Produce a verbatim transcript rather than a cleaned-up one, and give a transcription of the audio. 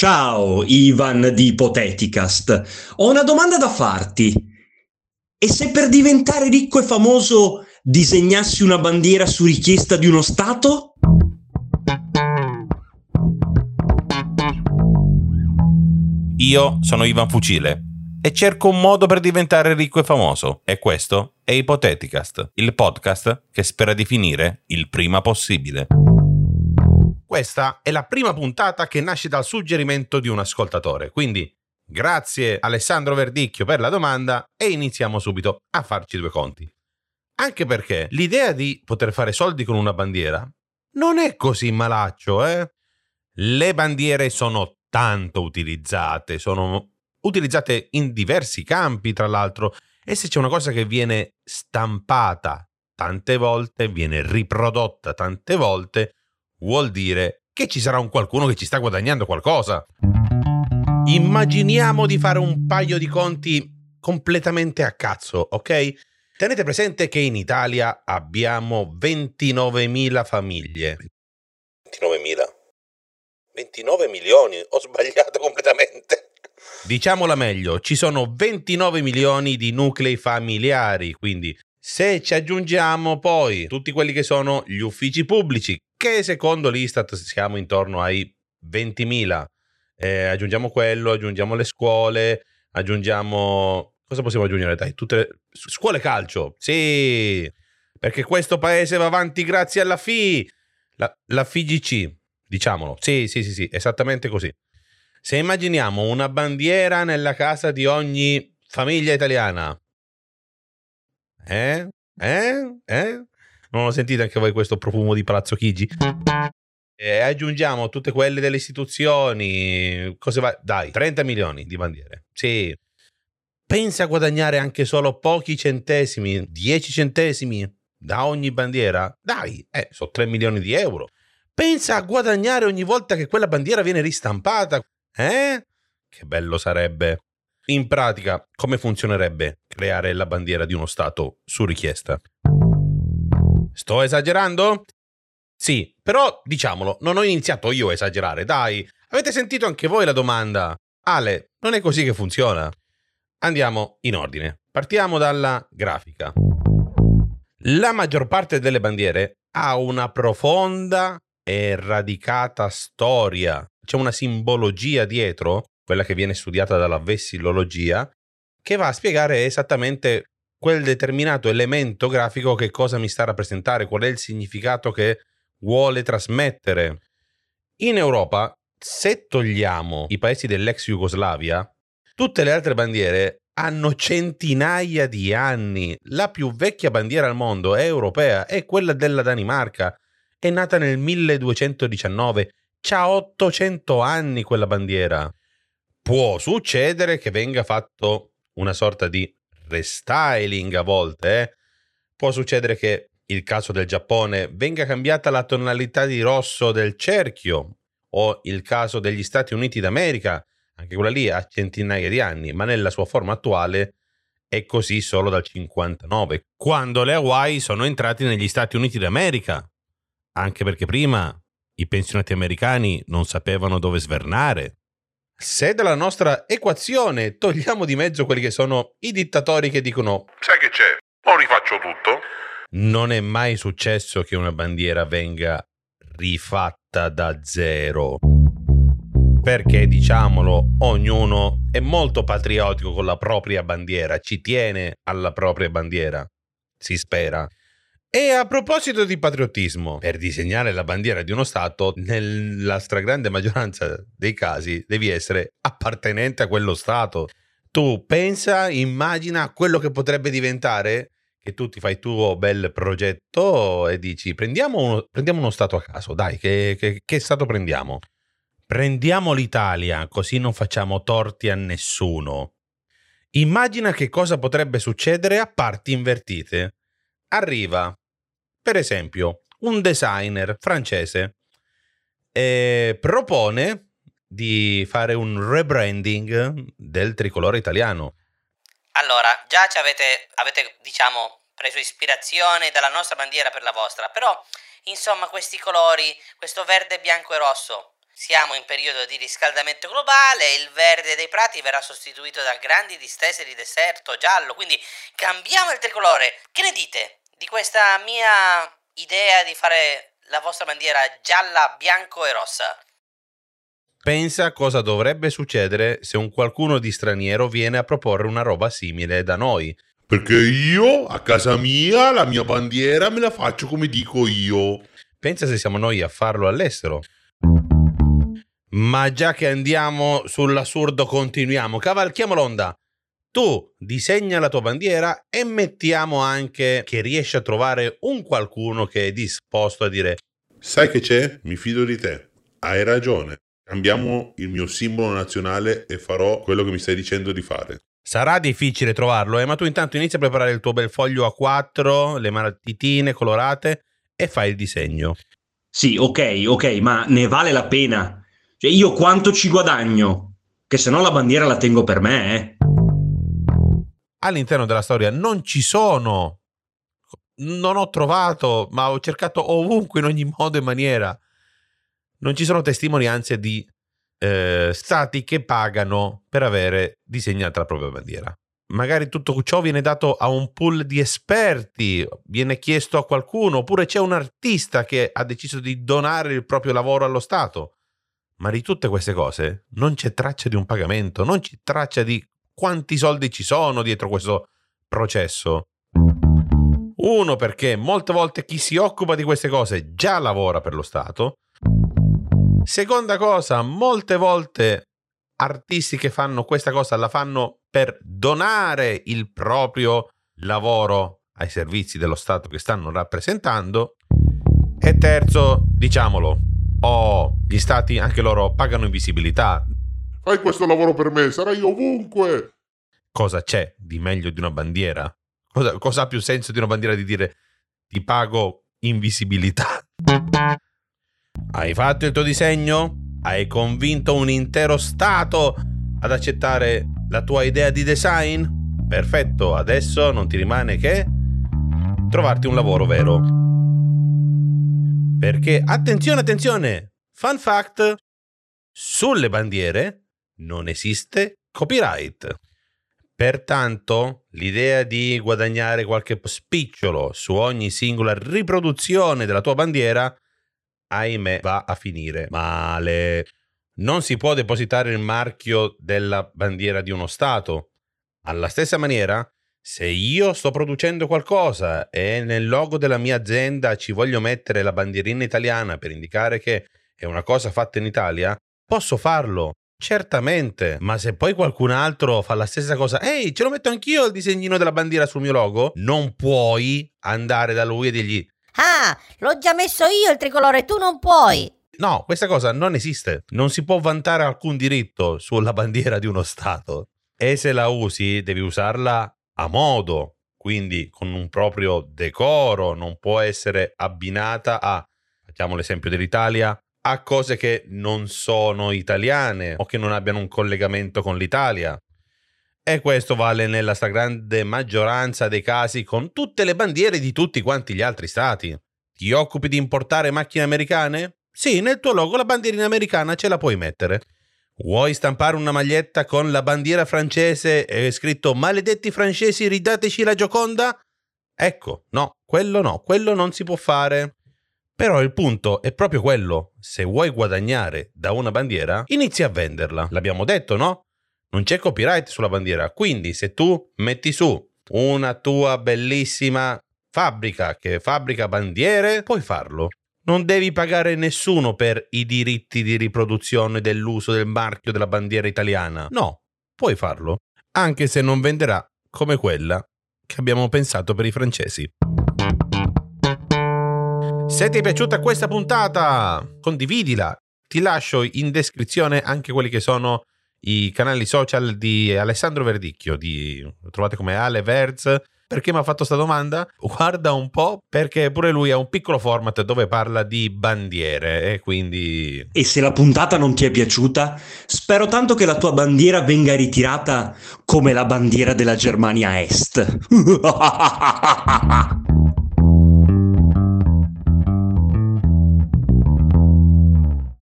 Ciao Ivan di Ipoteticast, ho una domanda da farti. E se per diventare ricco e famoso disegnassi una bandiera su richiesta di uno Stato? Io sono Ivan Fucile e cerco un modo per diventare ricco e famoso. E questo è Ipoteticast, il podcast che spera di finire il prima possibile. Questa è la prima puntata che nasce dal suggerimento di un ascoltatore, quindi grazie Alessandro Verdicchio per la domanda e iniziamo subito a farci due conti. Anche perché l'idea di poter fare soldi con una bandiera non è così malaccio, eh? Le bandiere sono tanto utilizzate, sono utilizzate in diversi campi, tra l'altro, e se c'è una cosa che viene stampata tante volte, viene riprodotta tante volte, vuol dire che ci sarà un qualcuno che ci sta guadagnando qualcosa. Immaginiamo di fare un paio di conti completamente a cazzo, ok? Tenete presente che in Italia abbiamo ventinovemila famiglie. ventinovemila? ventinove milioni? Ho sbagliato completamente. Diciamola meglio, ci sono ventinove milioni di nuclei familiari, quindi se ci aggiungiamo poi tutti quelli che sono gli uffici pubblici, che secondo l'Istat siamo intorno ai ventimila, eh, aggiungiamo quello, aggiungiamo le scuole, aggiungiamo... cosa possiamo aggiungere? Dai, tutte le... scuole calcio, sì, perché questo paese va avanti grazie alla F I, la, la F I G C, diciamolo, sì, sì, sì, sì, esattamente così. Se immaginiamo una bandiera nella casa di ogni famiglia italiana, Eh? Eh? Eh? Non lo sentite anche voi questo profumo di Palazzo Chigi? E aggiungiamo tutte quelle delle istituzioni. Cosa va? Dai, trenta milioni di bandiere. Sì. Pensa a guadagnare anche solo pochi centesimi, dieci centesimi da ogni bandiera? Dai, eh, sono tre milioni di euro. Pensa a guadagnare ogni volta che quella bandiera viene ristampata. Eh? Che bello sarebbe. In pratica, come funzionerebbe creare la bandiera di uno Stato su richiesta? Sto esagerando? Sì, però diciamolo, non ho iniziato io a esagerare, dai. Avete sentito anche voi la domanda? Ale, non è così che funziona. Andiamo in ordine. Partiamo dalla grafica. La maggior parte delle bandiere ha una profonda e radicata storia. C'è una simbologia dietro, quella che viene studiata dalla vessilologia, che va a spiegare esattamente quel determinato elemento grafico che cosa mi sta a rappresentare, qual è il significato che vuole trasmettere. In Europa, se togliamo i paesi dell'ex Jugoslavia, tutte le altre bandiere hanno centinaia di anni. La più vecchia bandiera al mondo è europea, è quella della Danimarca. È nata nel milleduecentodiciannove. C'ha ottocento anni quella bandiera. Può succedere che venga fatto una sorta di restyling a volte, eh? Può succedere che il caso del Giappone venga cambiata la tonalità di rosso del cerchio, o il caso degli Stati Uniti d'America, anche quella lì ha centinaia di anni, ma nella sua forma attuale è così solo dal cinquantanove, quando le Hawaii sono entrati negli Stati Uniti d'America, anche perché prima i pensionati americani non sapevano dove svernare. Se dalla nostra equazione togliamo di mezzo quelli che sono i dittatori che dicono sai che c'è, o rifaccio tutto, non è mai successo che una bandiera venga rifatta da zero. Perché, diciamolo, ognuno è molto patriottico con la propria bandiera, ci tiene alla propria bandiera, si spera. E a proposito di patriottismo, per disegnare la bandiera di uno Stato, nella stragrande maggioranza dei casi devi essere appartenente a quello Stato. Tu pensa, immagina quello che potrebbe diventare, che tu ti fai il tuo bel progetto e dici prendiamo uno, prendiamo uno Stato a caso, dai, che, che, che Stato prendiamo? Prendiamo l'Italia, così non facciamo torti a nessuno. Immagina che cosa potrebbe succedere a parti invertite. Arriva, per esempio, un designer francese e propone di fare un rebranding del tricolore italiano. Allora, già ci avete, avete, diciamo, preso ispirazione dalla nostra bandiera per la vostra, però, insomma, questi colori, questo verde, bianco e rosso, siamo in periodo di riscaldamento globale, il verde dei prati verrà sostituito da grandi distese di deserto giallo, quindi cambiamo il tricolore. Che ne dite di questa mia idea di fare la vostra bandiera gialla, bianco e rossa? Pensa cosa dovrebbe succedere se un qualcuno di straniero viene a proporre una roba simile da noi. Perché io, a casa mia, la mia bandiera me la faccio come dico io. Pensa se siamo noi a farlo all'estero. Ma già che andiamo sull'assurdo, continuiamo. Cavalchiamo l'onda. Tu disegna la tua bandiera e mettiamo anche che riesci a trovare un qualcuno che è disposto a dire: Sai che c'è? Mi fido di te. Hai ragione. Cambiamo il mio simbolo nazionale e farò quello che mi stai dicendo di fare. sarà difficile trovarlo, eh, ma tu intanto inizia a preparare il tuo bel foglio A quattro, le matitine colorate e fai il disegno. Sì, ok, ok, ma ne vale la pena? Cioè, io quanto ci guadagno? Che se no la bandiera la tengo per me, eh. All'interno della storia non ci sono, non ho trovato, ma ho cercato ovunque in ogni modo e maniera. Non ci sono testimonianze di eh, stati che pagano per avere disegnata la propria bandiera. Magari tutto ciò viene dato a un pool di esperti, viene chiesto a qualcuno, oppure c'è un artista che ha deciso di donare il proprio lavoro allo Stato. Ma di tutte queste cose non c'è traccia di un pagamento, non c'è traccia di quanti soldi ci sono dietro questo processo. Uno, perché molte volte chi si occupa di queste cose già lavora per lo Stato. Seconda cosa, molte volte artisti che fanno questa cosa la fanno per donare il proprio lavoro ai servizi dello Stato che stanno rappresentando. E terzo, diciamolo, oh, gli stati anche loro pagano invisibilità. Fai questo lavoro per me, sarai ovunque. Cosa c'è di meglio di una bandiera? Cosa, cosa ha più senso di una bandiera di dire ti pago invisibilità? Hai fatto il tuo disegno? Hai convinto un intero stato ad accettare la tua idea di design? Perfetto, adesso non ti rimane che trovarti un lavoro vero. Perché, attenzione, attenzione, fun fact, sulle bandiere non esiste copyright. Pertanto, l'idea di guadagnare qualche spicciolo su ogni singola riproduzione della tua bandiera, ahimè, va a finire male. Non si può depositare il marchio della bandiera di uno stato. Alla stessa maniera, se io sto producendo qualcosa e nel logo della mia azienda ci voglio mettere la bandierina italiana per indicare che è una cosa fatta in Italia, posso farlo. Certamente, ma se poi qualcun altro fa la stessa cosa, ehi, ce lo metto anch'io il disegnino della bandiera sul mio logo, non puoi andare da lui e dirgli: ah, l'ho già messo io il tricolore, tu non puoi. No, questa cosa non esiste. Non si può vantare alcun diritto sulla bandiera di uno stato. E se la usi, devi usarla a modo, quindi con un proprio decoro, non può essere abbinata a, facciamo l'esempio dell'Italia, a cose che non sono italiane o che non abbiano un collegamento con l'Italia. E questo vale nella stragrande maggioranza dei casi con tutte le bandiere di tutti quanti gli altri stati. Ti occupi di importare macchine americane? Sì, nel tuo logo la bandierina americana ce la puoi mettere. Vuoi stampare una maglietta con la bandiera francese e scritto "Maledetti francesi, ridateci la Gioconda"? Ecco, no, quello no, quello non si può fare. Però il punto è proprio quello. Se vuoi guadagnare da una bandiera, inizi a venderla. L'abbiamo detto, no? Non c'è copyright sulla bandiera. Quindi se tu metti su una tua bellissima fabbrica che fabbrica bandiere, puoi farlo. Non devi pagare nessuno per i diritti di riproduzione dell'uso del marchio della bandiera italiana. No, puoi farlo. Anche se non venderà come quella che abbiamo pensato per i francesi. Se ti è piaciuta questa puntata, condividila. Ti lascio in descrizione anche quelli che sono i canali social di Alessandro Verdicchio. Di, lo trovate come Ale Verz. Perché mi ha fatto sta domanda? Guarda un po', perché pure lui ha un piccolo format dove parla di bandiere e quindi... E se la puntata non ti è piaciuta, spero tanto che la tua bandiera venga ritirata come la bandiera della Germania Est.